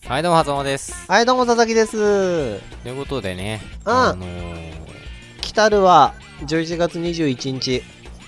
はい、どうも、はざまです。 はい、どうも、佐々木です。 ということでね、 来たるは11月21日。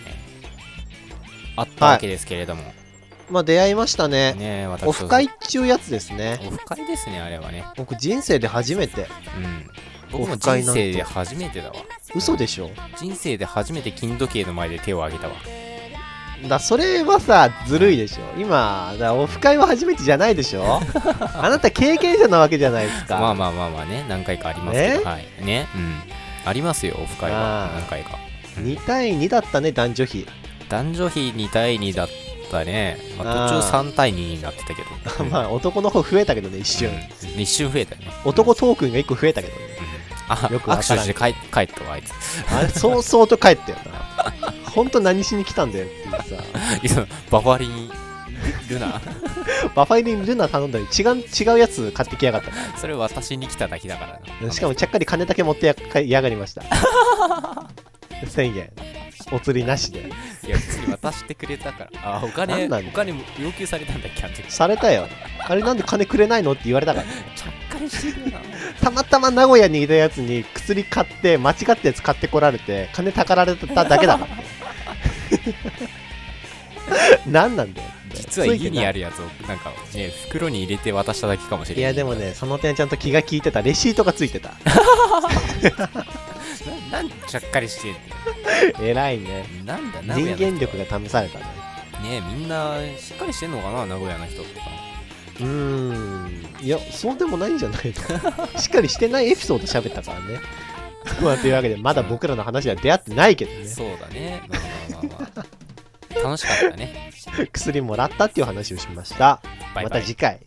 あったわけですけれども。 まあ、出会いましたね。 ねえ、私オフ会っちゅうやつですね。 オフ会ですね、あれはね。 僕、人生で初めて。 僕も人生で初めてだわ。 嘘でしょ。 人生で初めて金時計の前で手を挙げたわ。 それはさ、ずるいでしょ。今、オフ会は初めてじゃないでしょ。あなた経験者なわけじゃないですか。 まあね、何回かありますけど、はい。ね、ありますよ、オフ会は。何回か。 2対2だったね、男女比。 男女比2対2だったね。途中3対2になってたけど。 まあ、男の方増えたけどね、一瞬。 一瞬増えたね。 男トークンが1個増えたけどね。 よく握手して帰ったわ、あいつ。 あれ、そうそうと帰ったよな。ほんと何しに来たんだよっていうさ。 バファリンルナバファリンルナ頼んだり違うやつ買ってきやがったから。それ私に来ただけだからな。しかもちゃっかり金だけ持ってやがりました。1000円お釣りなしで。 いや普通に渡してくれたから。お金要求されたんだっけ。 されたよ。あれなんで金くれないのって言われたからね。 ちゃっかりしてるな。 たまたま名古屋にいたやつに薬買って間違ったやつ買ってこられて金たかられただけだからね。何なんだよ。 実は家にあるやつをなんかね袋に入れて渡しただけかもしれない。 いやでもね、その点ちゃんと気が利いてた。レシートがついてた。 なんちゃっかりしてんの。 偉いね。 なんだ人間力が試されたね。 ねえ、みんなしっかりしてんのかな、名古屋の人ってさ。 いや、そうでもないんじゃないの。しっかりしてないエピソード喋ったからね。まあ、というわけで、まだ僕らの話は出会ってないけどね。 そうだね。まあ楽しかったね。 薬もらったっていう話をしました。また次回。